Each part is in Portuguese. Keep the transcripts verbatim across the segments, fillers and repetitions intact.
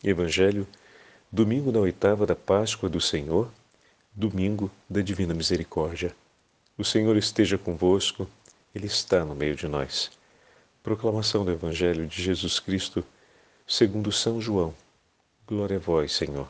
Evangelho, domingo na oitava da Páscoa do Senhor, domingo da Divina Misericórdia. O Senhor esteja convosco, Ele está no meio de nós. Proclamação do Evangelho de Jesus Cristo, segundo São João. Glória a vós, Senhor.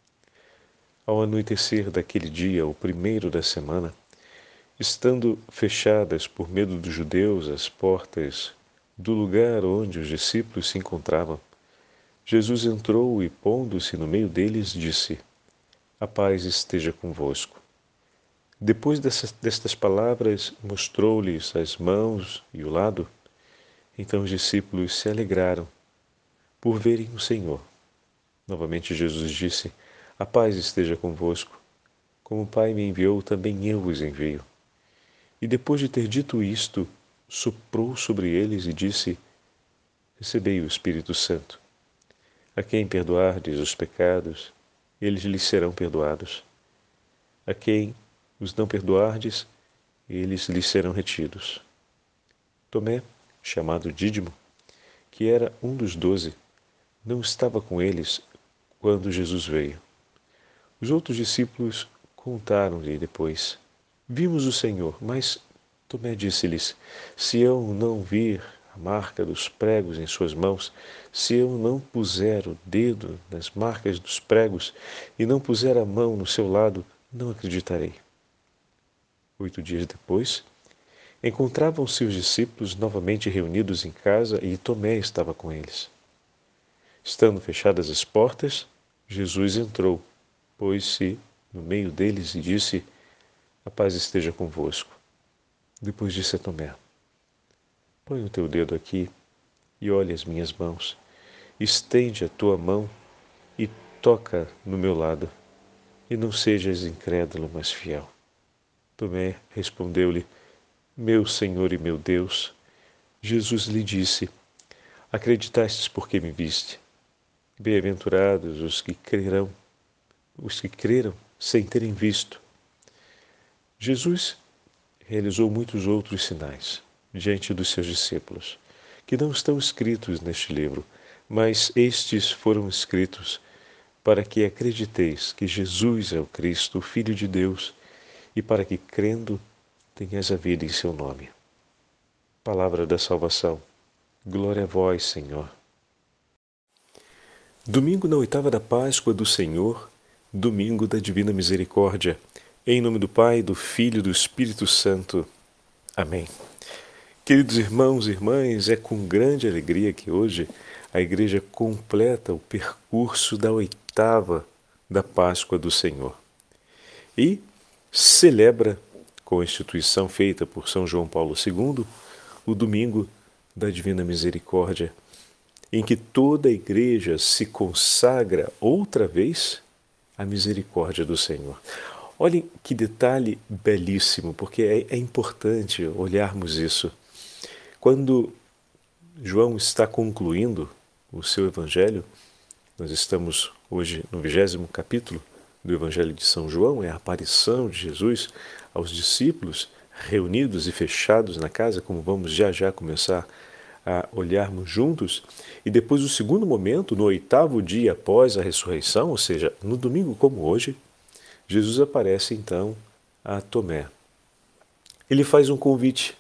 Ao anoitecer daquele dia, o primeiro da semana, estando fechadas por medo dos judeus as portas do lugar onde os discípulos se encontravam, Jesus entrou e, pondo-se no meio deles, disse: A paz esteja convosco. Depois dessas, destas palavras, mostrou-lhes as mãos e o lado. Então os discípulos se alegraram por verem o Senhor. Novamente Jesus disse: A paz esteja convosco. Como o Pai me enviou, também eu vos envio. E depois de ter dito isto, soprou sobre eles e disse: Recebei o Espírito Santo. A quem perdoardes os pecados, eles lhes serão perdoados. A quem os não perdoardes, eles lhes serão retidos. Tomé, chamado Dídimo, que era um dos doze, não estava com eles quando Jesus veio. Os outros discípulos contaram-lhe depois: Vimos o Senhor. Mas Tomé disse-lhes: Se eu não vir a marca dos pregos em suas mãos, se eu não puser o dedo nas marcas dos pregos e não puser a mão no seu lado, não acreditarei. Oito dias depois, encontravam-se os discípulos novamente reunidos em casa e Tomé estava com eles. Estando fechadas as portas, Jesus entrou, pôs-se no meio deles e disse: A paz esteja convosco. Depois disse a Tomé: Põe o teu dedo aqui e olha as minhas mãos. Estende a tua mão e toca no meu lado, e não sejas incrédulo, mas fiel. Tomé respondeu-lhe: Meu Senhor e meu Deus. Jesus lhe disse: Acreditastes porque me viste. Bem-aventurados os que crerão, os que creram sem terem visto. Jesus realizou muitos outros sinais diante dos seus discípulos, que não estão escritos neste livro, mas estes foram escritos para que acrediteis que Jesus é o Cristo, o Filho de Deus, e para que, crendo, tenhas a vida em seu nome. Palavra da salvação. Glória a vós, Senhor. Domingo na oitava da Páscoa do Senhor, domingo da Divina Misericórdia. Em nome do Pai, do Filho e do Espírito Santo. Amém. Queridos irmãos e irmãs, é com grande alegria que hoje a Igreja completa o percurso da oitava da Páscoa do Senhor e celebra, com a instituição feita por São João Paulo segundo, o domingo da Divina Misericórdia, em que toda a Igreja se consagra outra vez à misericórdia do Senhor. Olhem que detalhe belíssimo, porque é, é importante olharmos isso. Quando João está concluindo o seu Evangelho, nós estamos hoje no vigésimo capítulo do Evangelho de São João, é a aparição de Jesus aos discípulos reunidos e fechados na casa, como vamos já já começar a olharmos juntos. E depois o segundo momento, no oitavo dia após a ressurreição, ou seja, no domingo como hoje, Jesus aparece então a Tomé. Ele faz um convite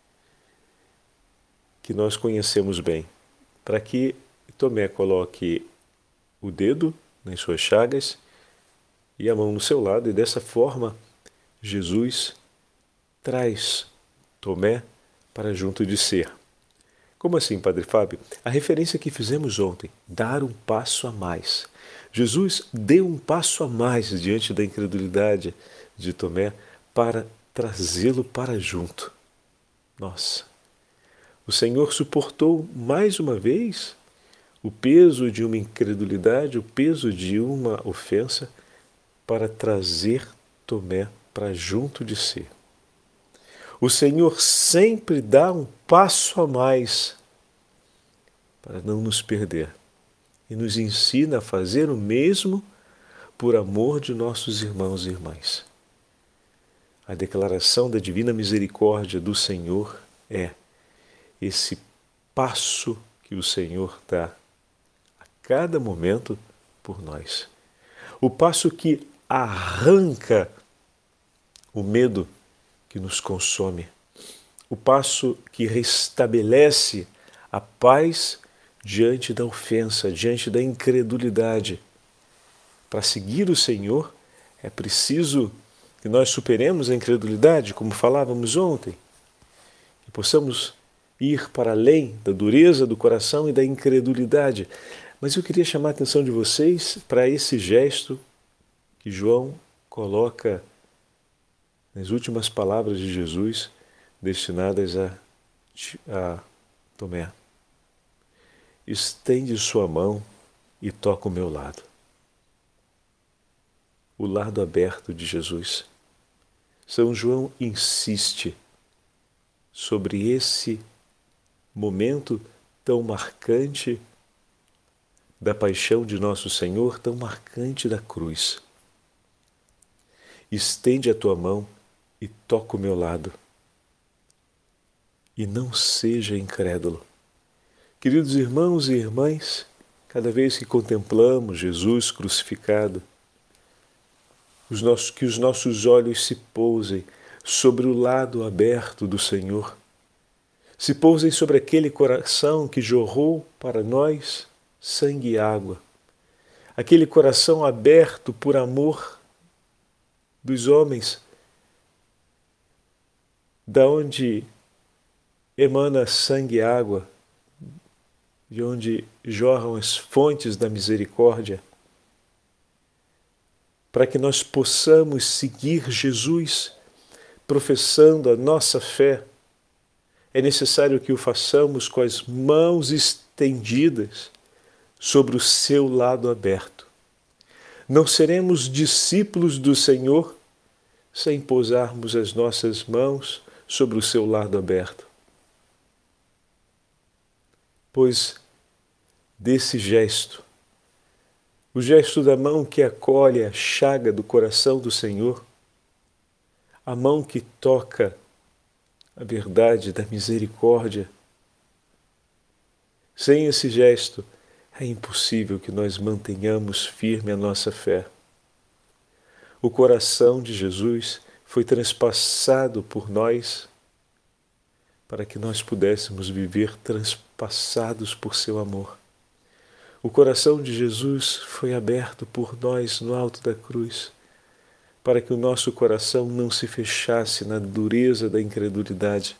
que nós conhecemos bem, para que Tomé coloque o dedo nas suas chagas e a mão no seu lado, e dessa forma Jesus traz Tomé para junto de si. Como assim, Padre Fábio? A referência que fizemos ontem, dar um passo a mais. Jesus deu um passo a mais diante da incredulidade de Tomé para trazê-lo para junto. Nossa! O Senhor suportou mais uma vez o peso de uma incredulidade, o peso de uma ofensa, para trazer Tomé para junto de si. O Senhor sempre dá um passo a mais para não nos perder e nos ensina a fazer o mesmo por amor de nossos irmãos e irmãs. A declaração da divina misericórdia do Senhor é esse passo que o Senhor dá a cada momento por nós. O passo que arranca o medo que nos consome. O passo que restabelece a paz diante da ofensa, diante da incredulidade. Para seguir o Senhor, é preciso que nós superemos a incredulidade, como falávamos ontem, que possamos ir para além da dureza do coração e da incredulidade. Mas eu queria chamar a atenção de vocês para esse gesto que João coloca nas últimas palavras de Jesus destinadas a, a Tomé. Estende sua mão e toca o meu lado. O lado aberto de Jesus. São João insiste sobre esse momento tão marcante da paixão de nosso Senhor, tão marcante da cruz. Estende a tua mão e toca o meu lado. E não seja incrédulo. Queridos irmãos e irmãs, cada vez que contemplamos Jesus crucificado, os nossos, que os nossos olhos se pousem sobre o lado aberto do Senhor, se pousem sobre aquele coração que jorrou para nós sangue e água, aquele coração aberto por amor dos homens, da onde emana sangue e água, de onde jorram as fontes da misericórdia, para que nós possamos seguir Jesus, professando a nossa fé. É necessário que o façamos com as mãos estendidas sobre o seu lado aberto. Não seremos discípulos do Senhor sem pousarmos as nossas mãos sobre o seu lado aberto. Pois desse gesto, o gesto da mão que acolhe a chaga do coração do Senhor, a mão que toca a verdade da misericórdia, sem esse gesto, é impossível que nós mantenhamos firme a nossa fé. O coração de Jesus foi transpassado por nós para que nós pudéssemos viver transpassados por seu amor. O coração de Jesus foi aberto por nós no alto da cruz, para que o nosso coração não se fechasse na dureza da incredulidade.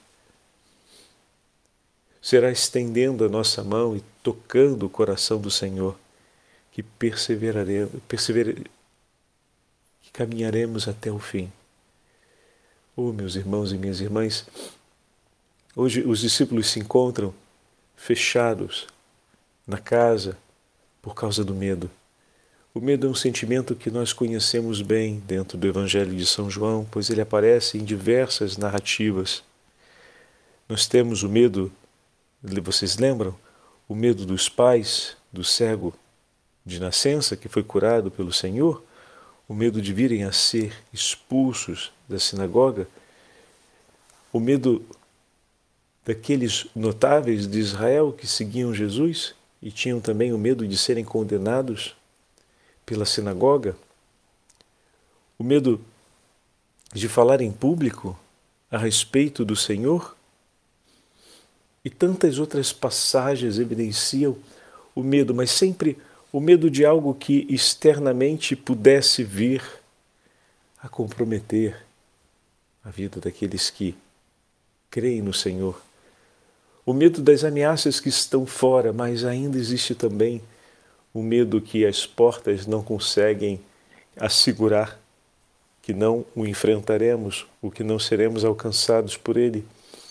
Será estendendo a nossa mão e tocando o coração do Senhor que perseveraremos, persever... que caminharemos até o fim. Oh, meus irmãos e minhas irmãs, hoje os discípulos se encontram fechados na casa por causa do medo. O medo é um sentimento que nós conhecemos bem dentro do Evangelho de São João, pois ele aparece em diversas narrativas. Nós temos o medo, vocês lembram? O medo dos pais, do cego de nascença que foi curado pelo Senhor, o medo de virem a ser expulsos da sinagoga, o medo daqueles notáveis de Israel que seguiam Jesus e tinham também o medo de serem condenados pela sinagoga, o medo de falar em público a respeito do Senhor, e tantas outras passagens evidenciam o medo, mas sempre o medo de algo que externamente pudesse vir a comprometer a vida daqueles que creem no Senhor. O medo das ameaças que estão fora, mas ainda existe também o medo que as portas não conseguem assegurar, que não o enfrentaremos, o que não seremos alcançados por ele.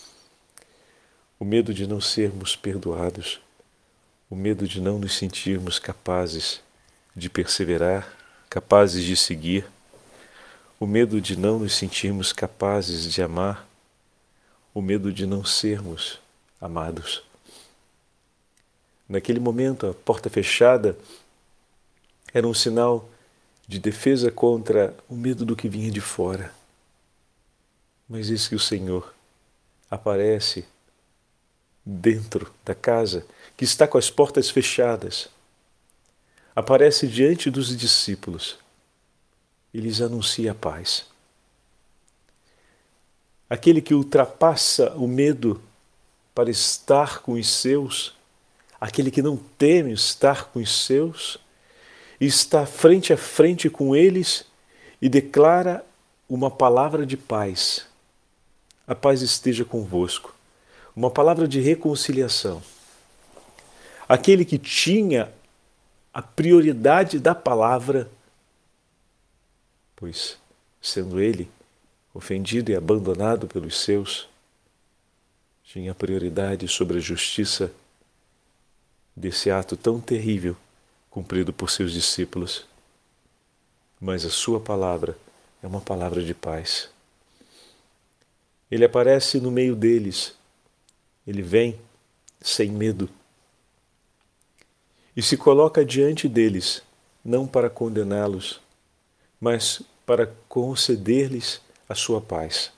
O medo de não sermos perdoados, o medo de não nos sentirmos capazes de perseverar, capazes de seguir, o medo de não nos sentirmos capazes de amar, o medo de não sermos amados. Naquele momento, a porta fechada era um sinal de defesa contra o medo do que vinha de fora. Mas eis que o Senhor aparece dentro da casa, que está com as portas fechadas, aparece diante dos discípulos e lhes anuncia a paz. Aquele que ultrapassa o medo para estar com os seus, aquele que não teme estar com os seus, está frente a frente com eles e declara uma palavra de paz. A paz esteja convosco. Uma palavra de reconciliação. Aquele que tinha a prioridade da palavra, pois, sendo ele ofendido e abandonado pelos seus, tinha prioridade sobre a justiça desse ato tão terrível cumprido por seus discípulos. Mas a sua palavra é uma palavra de paz. Ele aparece no meio deles, ele vem sem medo e se coloca diante deles, não para condená-los, mas para conceder-lhes a sua paz.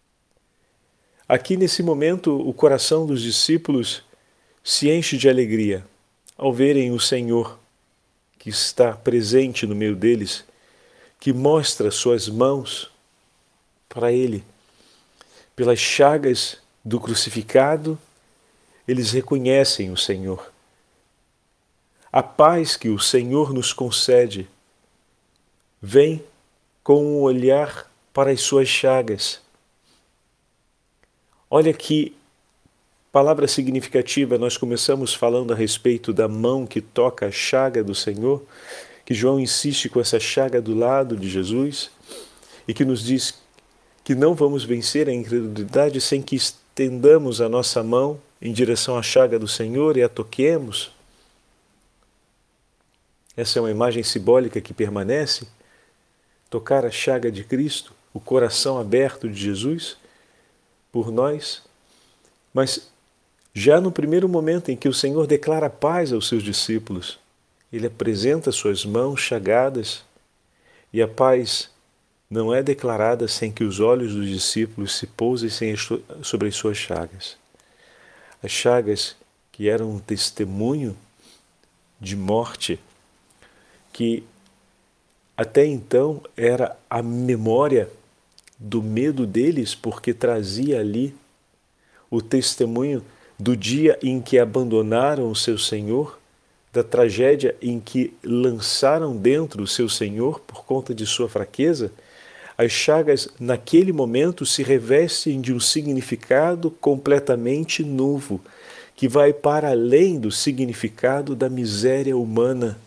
Aqui nesse momento o coração dos discípulos se enche de alegria ao verem o Senhor que está presente no meio deles, que mostra suas mãos para ele. Pelas chagas do crucificado, eles reconhecem o Senhor. A paz que o Senhor nos concede vem com um olhar para as suas chagas. Olha que palavra significativa, nós começamos falando a respeito da mão que toca a chaga do Senhor, que João insiste com essa chaga do lado de Jesus e que nos diz que não vamos vencer a incredulidade sem que estendamos a nossa mão em direção à chaga do Senhor e a toquemos. Essa é uma imagem simbólica que permanece. Tocar a chaga de Cristo, o coração aberto de Jesus por nós. Mas já no primeiro momento em que o Senhor declara paz aos seus discípulos, Ele apresenta suas mãos chagadas e a paz não é declarada sem que os olhos dos discípulos se pousem sobre as suas chagas. As chagas que eram um testemunho de morte, que até então era a memória do medo deles, porque trazia ali o testemunho do dia em que abandonaram o seu Senhor, da tragédia em que lançaram dentro o seu Senhor por conta de sua fraqueza. As chagas, naquele momento, se revestem de um significado completamente novo, que vai para além do significado da miséria humana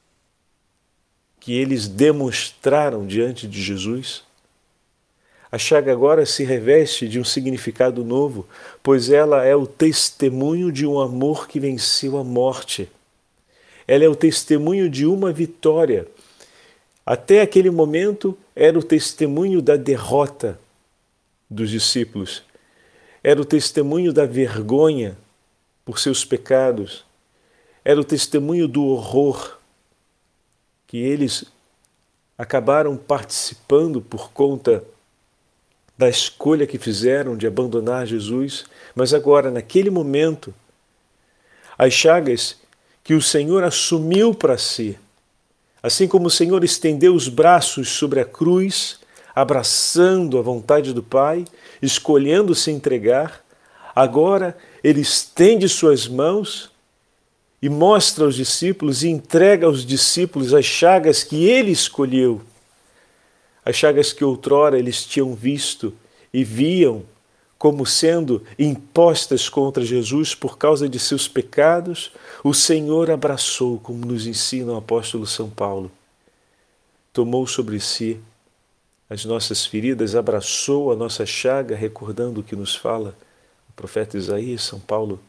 que eles demonstraram diante de Jesus. A chaga agora se reveste de um significado novo, pois ela é o testemunho de um amor que venceu a morte. Ela é o testemunho de uma vitória. Até aquele momento era o testemunho da derrota dos discípulos. Era o testemunho da vergonha por seus pecados. Era o testemunho do horror que eles acabaram participando por conta da escolha que fizeram de abandonar Jesus. Mas agora, naquele momento, as chagas que o Senhor assumiu para si, assim como o Senhor estendeu os braços sobre a cruz, abraçando a vontade do Pai, escolhendo se entregar, agora Ele estende suas mãos e mostra aos discípulos e entrega aos discípulos as chagas que Ele escolheu. As chagas que outrora eles tinham visto e viam como sendo impostas contra Jesus por causa de seus pecados, o Senhor abraçou, como nos ensina o apóstolo São Paulo. Tomou sobre si as nossas feridas, abraçou a nossa chaga, recordando o que nos fala o profeta Isaías. São Paulo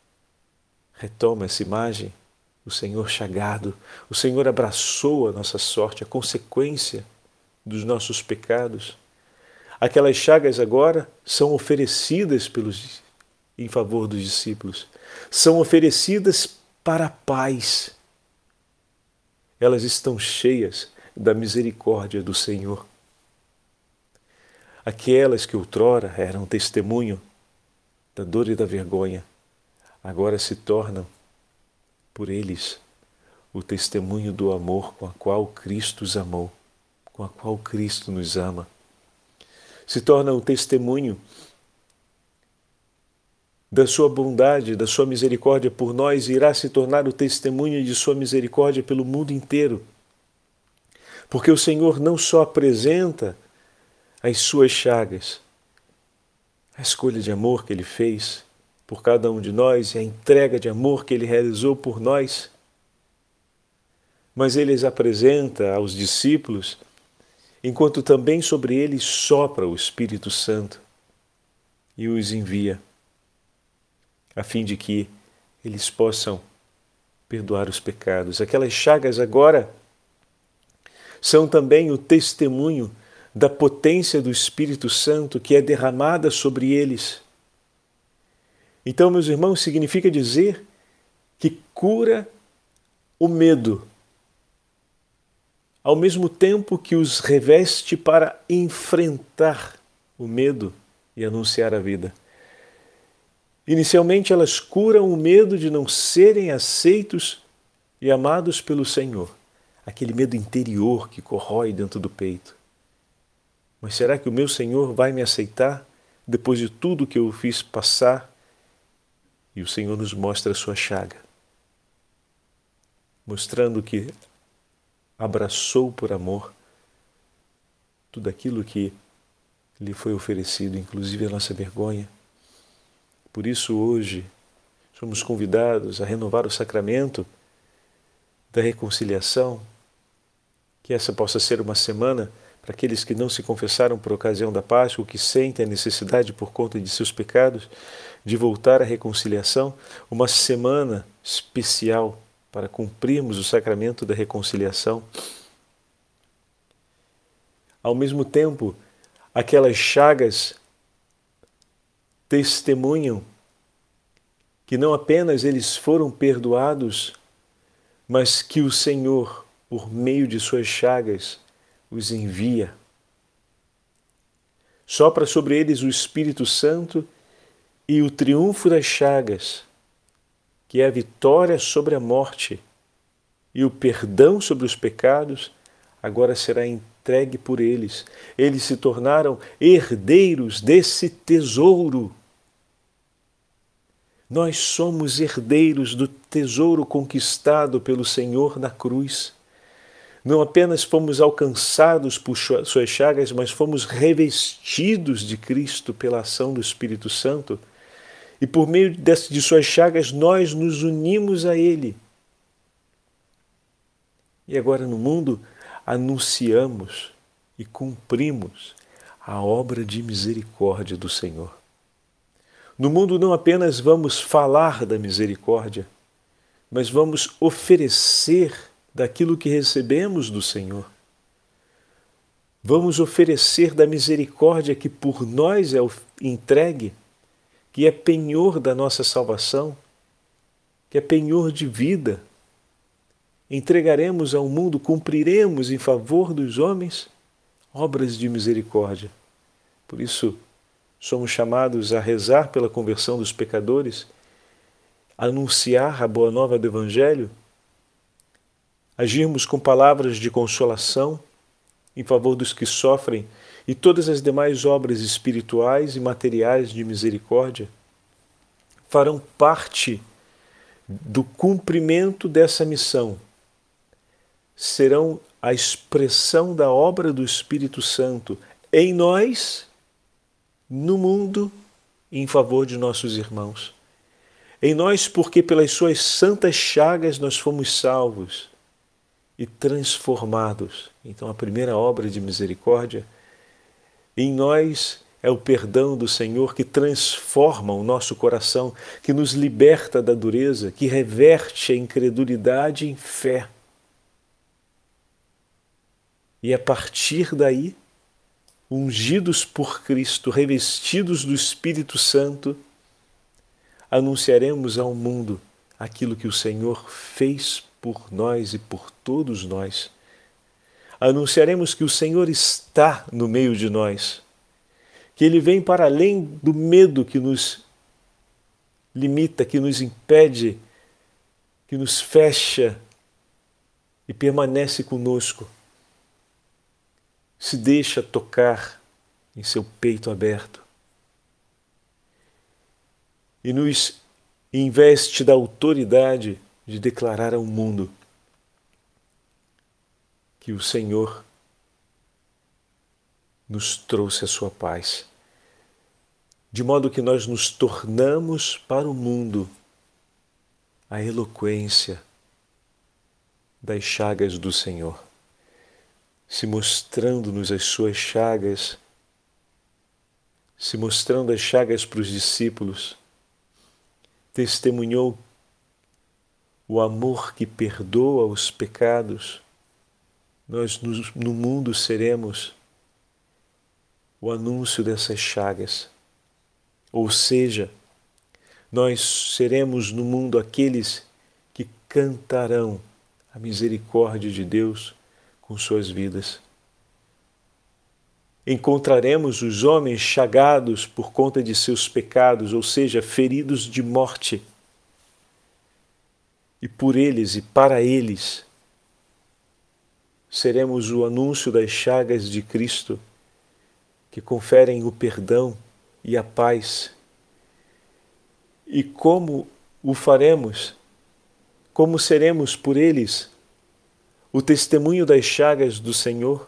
retoma essa imagem, o Senhor chagado. O Senhor abraçou a nossa sorte, a consequência dos nossos pecados. Aquelas chagas agora são oferecidas pelos, em favor dos discípulos. São oferecidas para a paz. Elas estão cheias da misericórdia do Senhor. Aquelas que outrora eram testemunho da dor e da vergonha, agora se tornam, por eles, o testemunho do amor com a qual Cristo os amou, com a qual Cristo nos ama. Se torna o testemunho da sua bondade, da sua misericórdia por nós, e irá se tornar o testemunho de sua misericórdia pelo mundo inteiro. Porque o Senhor não só apresenta as suas chagas, a escolha de amor que Ele fez por cada um de nós e a entrega de amor que Ele realizou por nós, mas Ele as apresenta aos discípulos, enquanto também sobre eles sopra o Espírito Santo e os envia, a fim de que eles possam perdoar os pecados. Aquelas chagas agora são também o testemunho da potência do Espírito Santo que é derramada sobre eles. Então, meus irmãos, significa dizer que cura o medo, ao mesmo tempo que os reveste para enfrentar o medo e anunciar a vida. Inicialmente, elas curam o medo de não serem aceitos e amados pelo Senhor, aquele medo interior que corrói dentro do peito. Mas será que o meu Senhor vai me aceitar depois de tudo que eu fiz passar? E o Senhor nos mostra a sua chaga, mostrando que abraçou por amor tudo aquilo que lhe foi oferecido, inclusive a nossa vergonha. Por isso hoje somos convidados a renovar o sacramento da reconciliação, que essa possa ser uma semana para aqueles que não se confessaram por ocasião da Páscoa, ou que sentem a necessidade por conta de seus pecados, de voltar à reconciliação, uma semana especial para cumprirmos o sacramento da reconciliação. Ao mesmo tempo, aquelas chagas testemunham que não apenas eles foram perdoados, mas que o Senhor, por meio de suas chagas, os envia. Sopra sobre eles o Espírito Santo e o triunfo das chagas, que é a vitória sobre a morte e o perdão sobre os pecados, agora será entregue por eles. Eles se tornaram herdeiros desse tesouro. Nós somos herdeiros do tesouro conquistado pelo Senhor na cruz. Não apenas fomos alcançados por suas chagas, mas fomos revestidos de Cristo pela ação do Espírito Santo. E por meio de suas chagas nós nos unimos a Ele. E agora no mundo anunciamos e cumprimos a obra de misericórdia do Senhor. No mundo não apenas vamos falar da misericórdia, mas vamos oferecer daquilo que recebemos do Senhor. Vamos oferecer da misericórdia que por nós é entregue, que é penhor da nossa salvação, que é penhor de vida. Entregaremos ao mundo, cumpriremos em favor dos homens obras de misericórdia. Por isso, somos chamados a rezar pela conversão dos pecadores, a anunciar a boa nova do Evangelho, agirmos com palavras de consolação em favor dos que sofrem e todas as demais obras espirituais e materiais de misericórdia farão parte do cumprimento dessa missão. Serão a expressão da obra do Espírito Santo em nós, no mundo, em favor de nossos irmãos. Em nós, porque pelas suas santas chagas nós fomos salvos e transformados. Então a primeira obra de misericórdia em nós é o perdão do Senhor que transforma o nosso coração, que nos liberta da dureza, que reverte a incredulidade em fé. E a partir daí, ungidos por Cristo, revestidos do Espírito Santo, anunciaremos ao mundo aquilo que o Senhor fez por nós e por todos nós. Anunciaremos que o Senhor está no meio de nós, que Ele vem para além do medo que nos limita, que nos impede, que nos fecha e permanece conosco. Se deixa tocar em seu peito aberto e nos investe da autoridade de declarar ao mundo que o Senhor nos trouxe a sua paz, de modo que nós nos tornamos para o mundo a eloquência das chagas do Senhor, se mostrando-nos as suas chagas, se mostrando as chagas para os discípulos, testemunhou o amor que perdoa os pecados. Nós no mundo seremos o anúncio dessas chagas. Ou seja, nós seremos no mundo aqueles que cantarão a misericórdia de Deus com suas vidas. Encontraremos os homens chagados por conta de seus pecados, ou seja, feridos de morte. E por eles e para eles seremos o anúncio das chagas de Cristo, que conferem o perdão e a paz. E como o faremos? Como seremos por eles o testemunho das chagas do Senhor?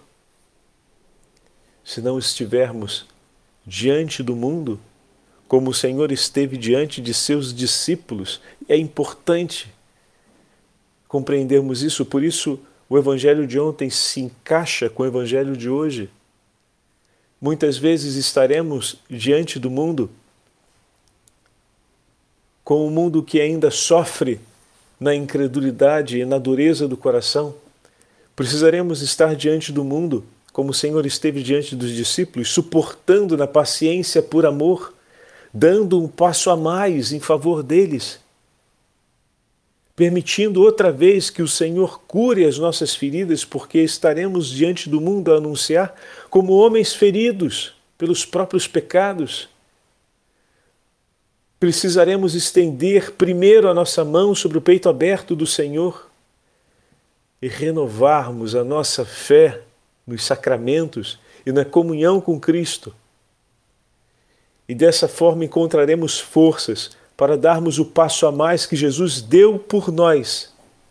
Se não estivermos diante do mundo, como o Senhor esteve diante de seus discípulos. É importante compreendermos isso, por isso o Evangelho de ontem se encaixa com o Evangelho de hoje. Muitas vezes estaremos diante do mundo, com o mundo que ainda sofre na incredulidade e na dureza do coração. Precisaremos estar diante do mundo, como o Senhor esteve diante dos discípulos, suportando na paciência por amor, dando um passo a mais em favor deles, permitindo outra vez que o Senhor cure as nossas feridas, porque estaremos diante do mundo a anunciar como homens feridos pelos próprios pecados. Precisaremos estender primeiro a nossa mão sobre o peito aberto do Senhor e renovarmos a nossa fé nos sacramentos e na comunhão com Cristo. E dessa forma encontraremos forças para darmos o passo a mais que Jesus deu por nós.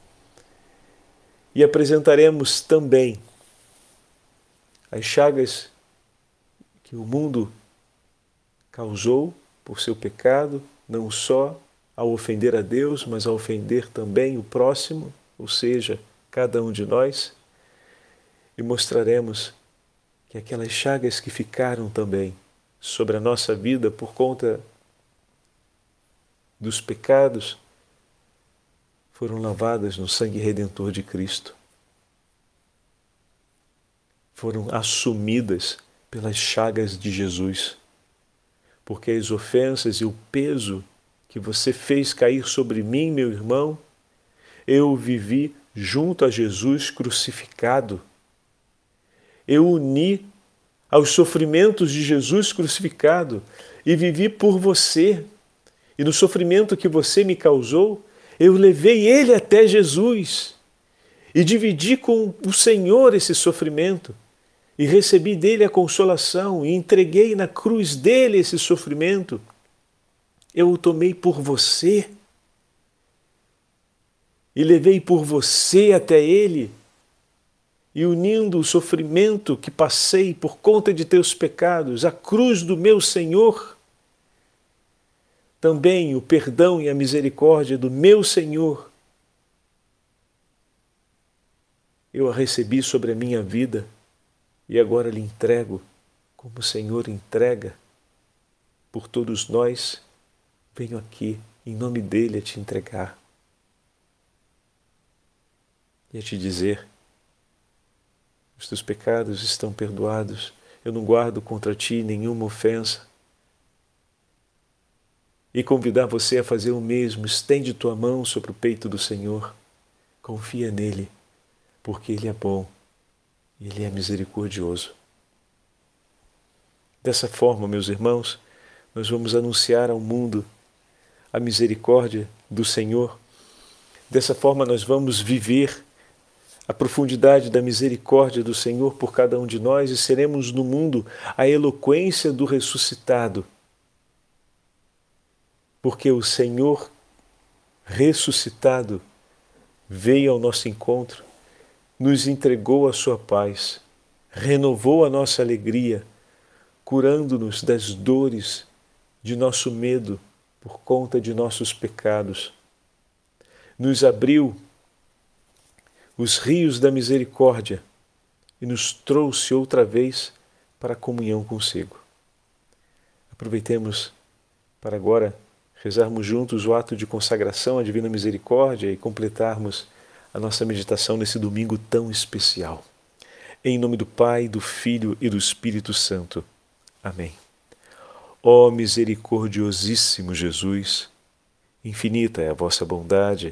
E apresentaremos também as chagas que o mundo causou por seu pecado, não só ao ofender a Deus, mas ao ofender também o próximo, ou seja, cada um de nós. E mostraremos que aquelas chagas que ficaram também sobre a nossa vida por conta dos pecados foram lavadas no sangue redentor de Cristo. Foram assumidas pelas chagas de Jesus. Porque as ofensas e o peso que você fez cair sobre mim, meu irmão, eu vivi junto a Jesus crucificado. Eu uni aos sofrimentos de Jesus crucificado e vivi por você. E no sofrimento que você me causou, eu levei ele até Jesus e dividi com o Senhor esse sofrimento e recebi dele a consolação e entreguei na cruz dele esse sofrimento. Eu o tomei por você e levei por você até ele. E unindo o sofrimento que passei por conta de teus pecados, à cruz do meu Senhor, também o perdão e a misericórdia do meu Senhor, eu a recebi sobre a minha vida e agora lhe entrego, como o Senhor entrega por todos nós. Venho aqui, em nome dele, a te entregar e a te dizer: os teus pecados estão perdoados, eu não guardo contra ti nenhuma ofensa. E convidar você a fazer o mesmo. Estende tua mão sobre o peito do Senhor, confia nele, porque ele é bom, ele é misericordioso. Dessa forma, meus irmãos, nós vamos anunciar ao mundo a misericórdia do Senhor. Dessa forma nós vamos viver a profundidade da misericórdia do Senhor por cada um de nós e seremos no mundo a eloquência do ressuscitado. Porque o Senhor ressuscitado veio ao nosso encontro, nos entregou a sua paz, renovou a nossa alegria, curando-nos das dores de nosso medo por conta de nossos pecados. Nos abriu os rios da misericórdia e nos trouxe outra vez para a comunhão consigo. Aproveitemos para agora rezarmos juntos o ato de consagração à Divina Misericórdia e completarmos a nossa meditação nesse domingo tão especial. Em nome do Pai, do Filho e do Espírito Santo. Amém. Ó misericordiosíssimo Jesus, infinita é a vossa bondade,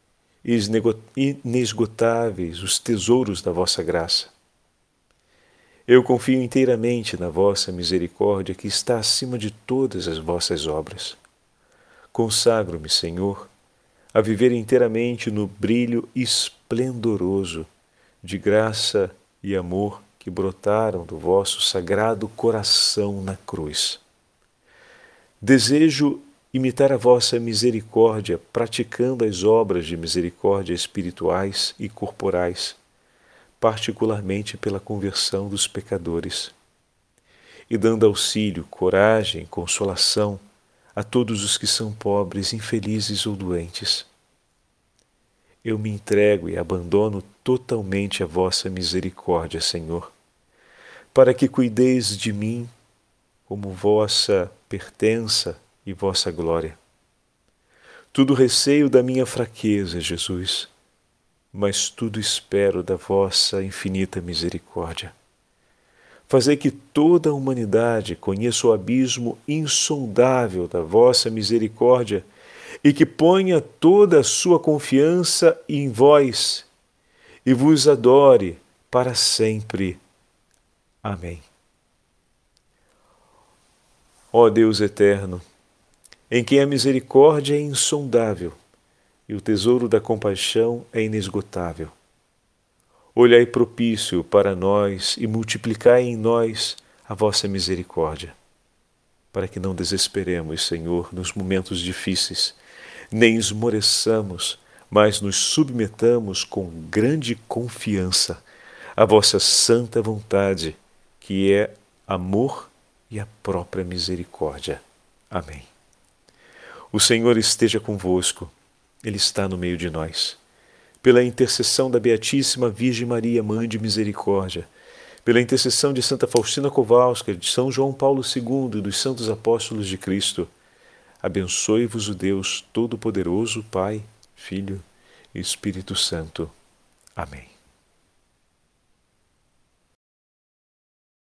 inesgotáveis os tesouros da vossa graça. Eu confio inteiramente na vossa misericórdia que está acima de todas as vossas obras. Consagro-me, Senhor, a viver inteiramente no brilho esplendoroso de graça e amor que brotaram do vosso sagrado coração na cruz. Desejo imitar a vossa misericórdia, praticando as obras de misericórdia espirituais e corporais, particularmente pela conversão dos pecadores, e dando auxílio, coragem, consolação a todos os que são pobres, infelizes ou doentes. Eu me entrego e abandono totalmente a vossa misericórdia, Senhor, para que cuideis de mim como vossa pertença e vossa glória. Tudo receio da minha fraqueza, Jesus, mas tudo espero da vossa infinita misericórdia. Fazei que toda a humanidade conheça o abismo insondável da vossa misericórdia e que ponha toda a sua confiança em vós e vos adore para sempre. Amém. Ó Deus eterno, em quem a misericórdia é insondável e o tesouro da compaixão é inesgotável, olhai propício para nós e multiplicai em nós a vossa misericórdia, para que não desesperemos, Senhor, nos momentos difíceis, nem esmoreçamos, mas nos submetamos com grande confiança à vossa santa vontade, que é amor e a própria misericórdia. Amém. O Senhor esteja convosco, Ele está no meio de nós. Pela intercessão da Beatíssima Virgem Maria, Mãe de Misericórdia, pela intercessão de Santa Faustina Kowalska, de São João Paulo segundo e dos santos apóstolos de Cristo, abençoe-vos o Deus Todo-Poderoso, Pai, Filho e Espírito Santo. Amém.